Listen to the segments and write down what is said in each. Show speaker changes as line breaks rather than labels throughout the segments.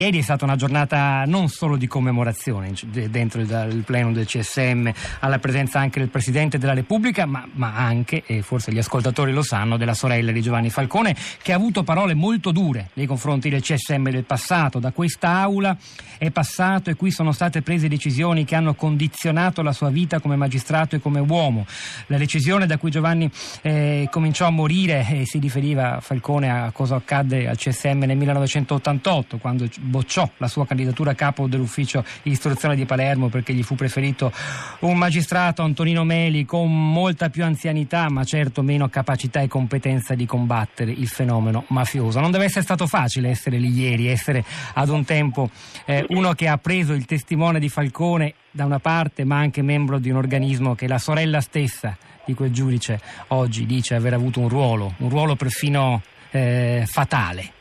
Ieri è stata una giornata non solo di commemorazione dentro il plenum del CSM, alla presenza anche del Presidente della Repubblica, ma anche, e forse gli ascoltatori lo sanno, della sorella di Giovanni Falcone, che ha avuto parole molto dure nei confronti del CSM del passato. Da questa aula è passato e qui sono state prese decisioni che hanno condizionato la sua vita come magistrato e come uomo. La decisione da cui Giovanni cominciò a morire si riferiva, Falcone, a cosa accadde al CSM nel 1988, quando bocciò la sua candidatura a capo dell'ufficio di istruzione di Palermo perché gli fu preferito un magistrato, Antonino Meli, con molta più anzianità ma certo meno capacità e competenza di combattere il fenomeno mafioso. Non deve essere stato facile essere lì ieri, essere ad un tempo uno che ha preso il testimone di Falcone da una parte, ma anche membro di un organismo che la sorella stessa di quel giudice oggi dice aver avuto un ruolo perfino fatale.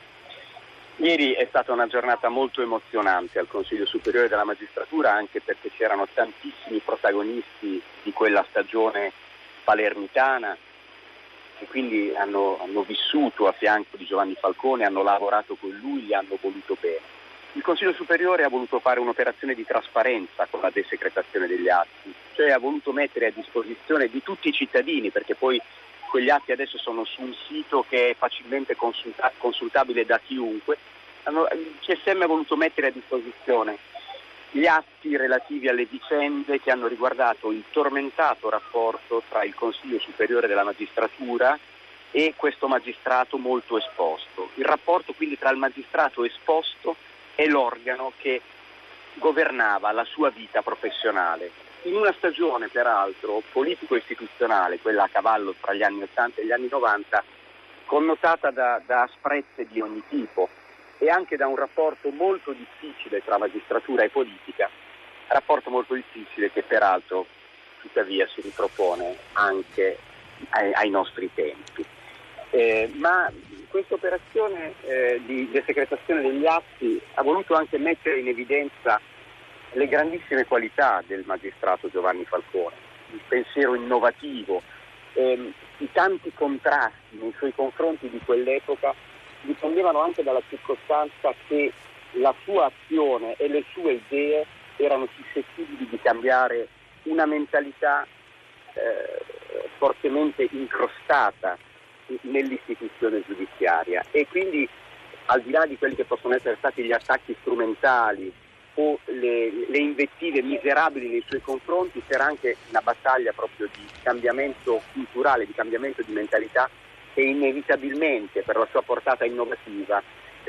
Ieri è stata una giornata molto emozionante al Consiglio Superiore della Magistratura, anche perché c'erano tantissimi protagonisti di quella stagione palermitana che quindi hanno vissuto a fianco di Giovanni Falcone, hanno lavorato con lui, gli hanno voluto bene. Il Consiglio Superiore ha voluto fare un'operazione di trasparenza con la desecretazione degli atti, cioè ha voluto mettere a disposizione di tutti i cittadini, perché poi quegli atti adesso sono su un sito che è facilmente consultabile da chiunque. Il CSM ha voluto mettere a disposizione gli atti relativi alle vicende che hanno riguardato il tormentato rapporto tra il Consiglio Superiore della Magistratura e questo magistrato molto esposto. Il rapporto quindi tra il magistrato esposto e l'organo che governava la sua vita professionale. In una stagione, peraltro, politico-istituzionale, quella a cavallo tra gli anni 80 e gli anni 90, connotata da asprezze di ogni tipo e anche da un rapporto molto difficile tra magistratura e politica, rapporto molto difficile che peraltro tuttavia si ripropone anche ai nostri tempi. Ma questa operazione di desecretazione degli atti ha voluto anche mettere in evidenza le grandissime qualità del magistrato Giovanni Falcone, il pensiero innovativo, i tanti contrasti nei suoi confronti di quell'epoca dipendevano anche dalla circostanza che la sua azione e le sue idee erano suscettibili di cambiare una mentalità fortemente incrostata nell'istituzione giudiziaria, e quindi al di là di quelli che possono essere stati gli attacchi strumentali o le invettive miserabili nei suoi confronti, c'era anche una battaglia proprio di cambiamento culturale, di cambiamento di mentalità, che inevitabilmente per la sua portata innovativa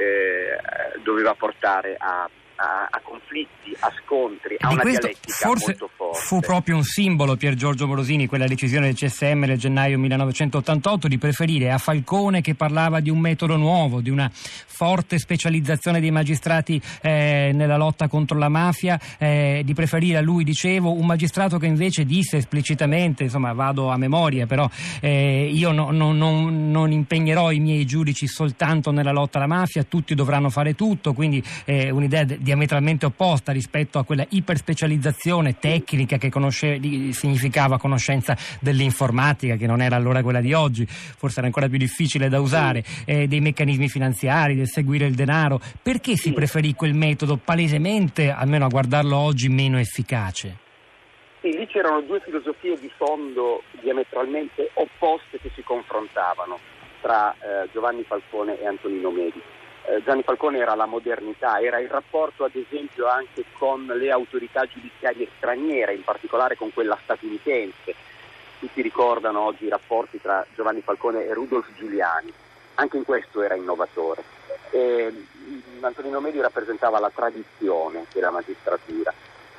doveva portare a conflitti, a scontri, a una dialettica molto forte.
Fu proprio un simbolo, Pier Giorgio Morosini, quella decisione del CSM nel gennaio 1988 di preferire a Falcone, che parlava di un metodo nuovo, di una forte specializzazione dei magistrati nella lotta contro la mafia, di preferire a lui, dicevo, un magistrato che invece disse esplicitamente, insomma vado a memoria, però io non impegnerò i miei giudici soltanto nella lotta alla mafia, tutti dovranno fare tutto, quindi un'idea diametralmente opposta rispetto a quella iperspecializzazione tecnica che significava conoscenza dell'informatica, che non era allora quella di oggi, forse era ancora più difficile da usare, dei meccanismi finanziari, del seguire il denaro. Perché si preferì quel metodo palesemente, almeno a guardarlo oggi, meno efficace?
Sì, lì c'erano due filosofie di fondo diametralmente opposte che si confrontavano tra Giovanni Falcone e Antonino Meli. Giovanni Falcone era la modernità, era il rapporto ad esempio anche con le autorità giudiziarie straniere, in particolare con quella statunitense. Tutti ricordano oggi i rapporti tra Giovanni Falcone e Rudolph Giuliani, anche in questo era innovatore. Antonino Meli rappresentava la tradizione della magistratura.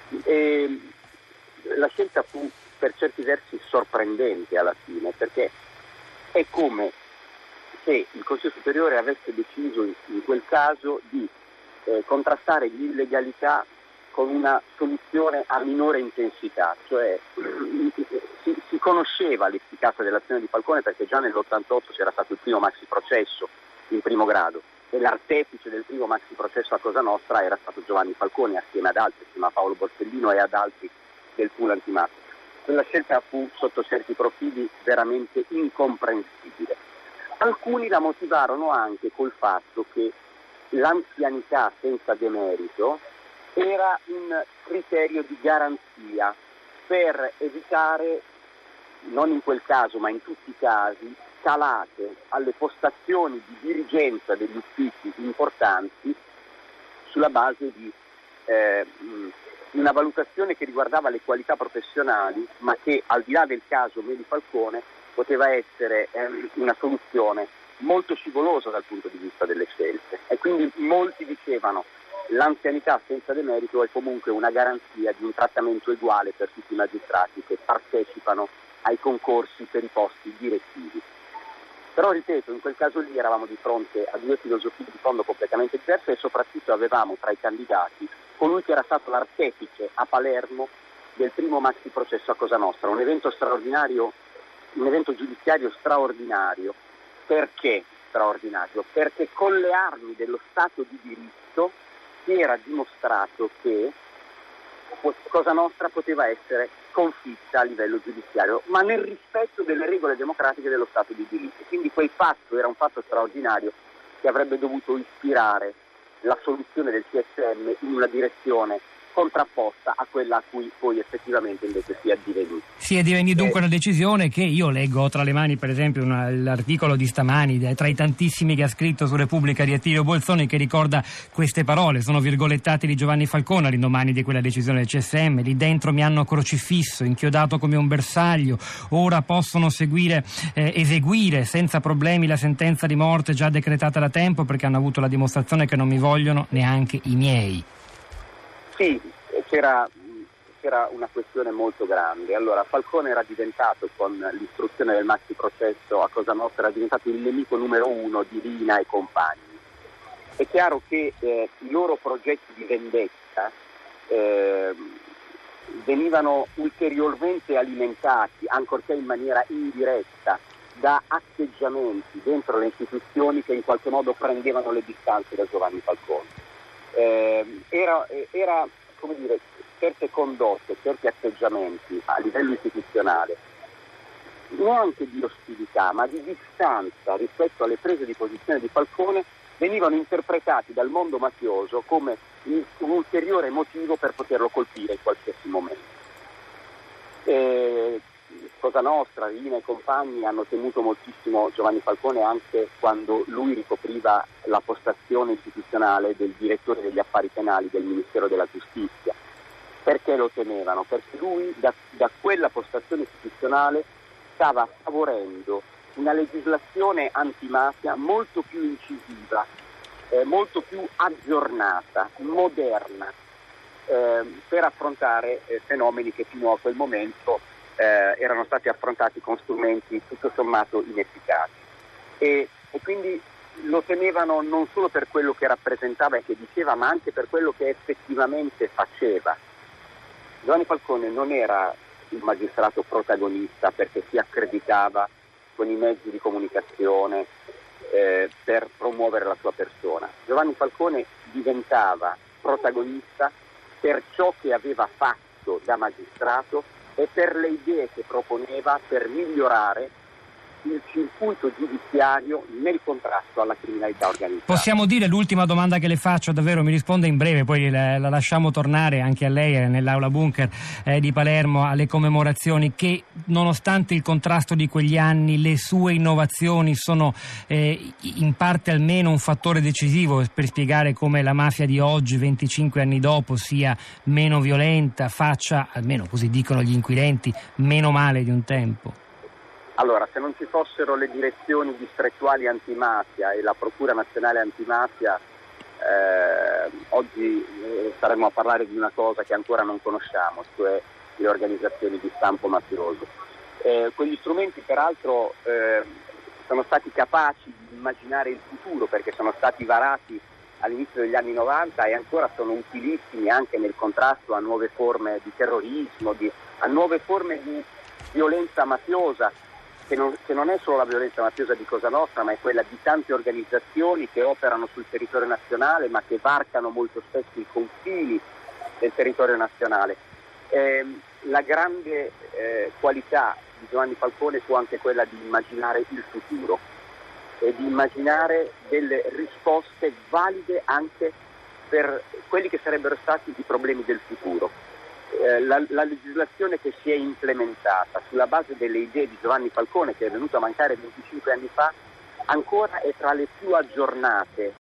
La scelta fu per certi versi sorprendente alla fine, perché è come se il Consiglio Superiore avesse deciso in quel caso di contrastare l'illegalità con una soluzione a minore intensità, cioè si conosceva l'efficacia dell'azione di Falcone perché già nell'88 c'era stato il primo maxi processo in primo grado e l'artefice del primo maxi processo a Cosa Nostra era stato Giovanni Falcone assieme ad altri, assieme a Paolo Borsellino e ad altri del pool antimafia. Quella scelta fu sotto certi profili veramente incomprensibile. Alcuni la motivarono anche col fatto che l'anzianità senza demerito era un criterio di garanzia per evitare, non in quel caso ma in tutti i casi, calate alle postazioni di dirigenza degli uffici importanti sulla base di una valutazione che riguardava le qualità professionali, ma che al di là del caso Meli Falcone poteva essere una soluzione molto scivolosa dal punto di vista delle scelte. E quindi molti dicevano l'anzianità senza demerito è comunque una garanzia di un trattamento uguale per tutti i magistrati che partecipano ai concorsi per i posti direttivi. Però ripeto, in quel caso lì eravamo di fronte a due filosofie di fondo completamente diverse e soprattutto avevamo tra i candidati colui che era stato l'artefice a Palermo del primo maxi processo a Cosa Nostra, un evento straordinario, un evento giudiziario straordinario. Perché straordinario? Perché con le armi dello Stato di diritto si era dimostrato che Cosa Nostra poteva essere sconfitta a livello giudiziario, ma nel rispetto delle regole democratiche dello Stato di diritto. Quindi quel fatto era un fatto straordinario che avrebbe dovuto ispirare la soluzione del CSM in una direzione contrapposta a quella a cui poi effettivamente invece si è addivenuto.
Si è divenuta dunque una decisione che io leggo tra le mani, per esempio l'articolo di stamani tra i tantissimi che ha scritto su Repubblica di Attilio Bolzoni, che ricorda queste parole, sono virgolettate di Giovanni Falcone all'indomani di quella decisione del CSM: lì dentro mi hanno crocifisso, inchiodato come un bersaglio, ora possono eseguire senza problemi la sentenza di morte già decretata da tempo, perché hanno avuto la dimostrazione che non mi vogliono neanche i miei.
Sì, c'era una questione molto grande. Allora, Falcone era diventato, con l'istruzione del maxi processo a Cosa Nostra, era diventato il nemico numero uno di Riina e compagni. È chiaro che i loro progetti di vendetta venivano ulteriormente alimentati, ancorché in maniera indiretta, da atteggiamenti dentro le istituzioni che in qualche modo prendevano le distanze da Giovanni Falcone. Era come dire, certe condotte, certi atteggiamenti a livello istituzionale, neanche di ostilità ma di distanza rispetto alle prese di posizione di Falcone, venivano interpretati dal mondo mafioso come un ulteriore motivo per poterlo colpire in qualsiasi momento. Cosa Nostra, Riina e compagni hanno temuto moltissimo Giovanni Falcone anche quando lui ricopriva la postazione istituzionale del direttore degli affari penali del Ministero della Giustizia. Perché lo temevano? Perché lui da quella postazione istituzionale stava favorendo una legislazione antimafia molto più incisiva, molto più aggiornata, moderna, per affrontare fenomeni che fino a quel momento erano stati affrontati con strumenti tutto sommato inefficaci. E quindi lo temevano non solo per quello che rappresentava e che diceva, ma anche per quello che effettivamente faceva. Giovanni Falcone non era un magistrato protagonista perché si accreditava con i mezzi di comunicazione per promuovere la sua persona. Giovanni Falcone diventava protagonista per ciò che aveva fatto da magistrato e per le idee che proponeva per migliorare il circuito giudiziario nel contrasto alla criminalità organizzata.
Possiamo dire, l'ultima domanda che le faccio, davvero mi risponda in breve, poi la lasciamo tornare anche a lei nell'aula bunker di Palermo alle commemorazioni, che nonostante il contrasto di quegli anni le sue innovazioni sono in parte almeno un fattore decisivo per spiegare come la mafia di oggi, 25 anni dopo, sia meno violenta, faccia, almeno così dicono gli inquirenti, meno male di un tempo.
Allora, se non ci fossero le direzioni distrettuali antimafia e la Procura Nazionale Antimafia, oggi staremmo a parlare di una cosa che ancora non conosciamo, cioè le organizzazioni di stampo mafioso. Quegli strumenti peraltro sono stati capaci di immaginare il futuro, perché sono stati varati all'inizio degli anni 90 e ancora sono utilissimi anche nel contrasto a nuove forme di terrorismo, a nuove forme di violenza mafiosa, che non è solo la violenza mafiosa di Cosa Nostra, ma è quella di tante organizzazioni che operano sul territorio nazionale ma che varcano molto spesso i confini del territorio nazionale. La grande qualità di Giovanni Falcone fu anche quella di immaginare il futuro. e di immaginare delle risposte valide anche per quelli che sarebbero stati i problemi del futuro. La legislazione che si è implementata sulla base delle idee di Giovanni Falcone, che è venuto a mancare 25 anni fa, ancora è tra le più aggiornate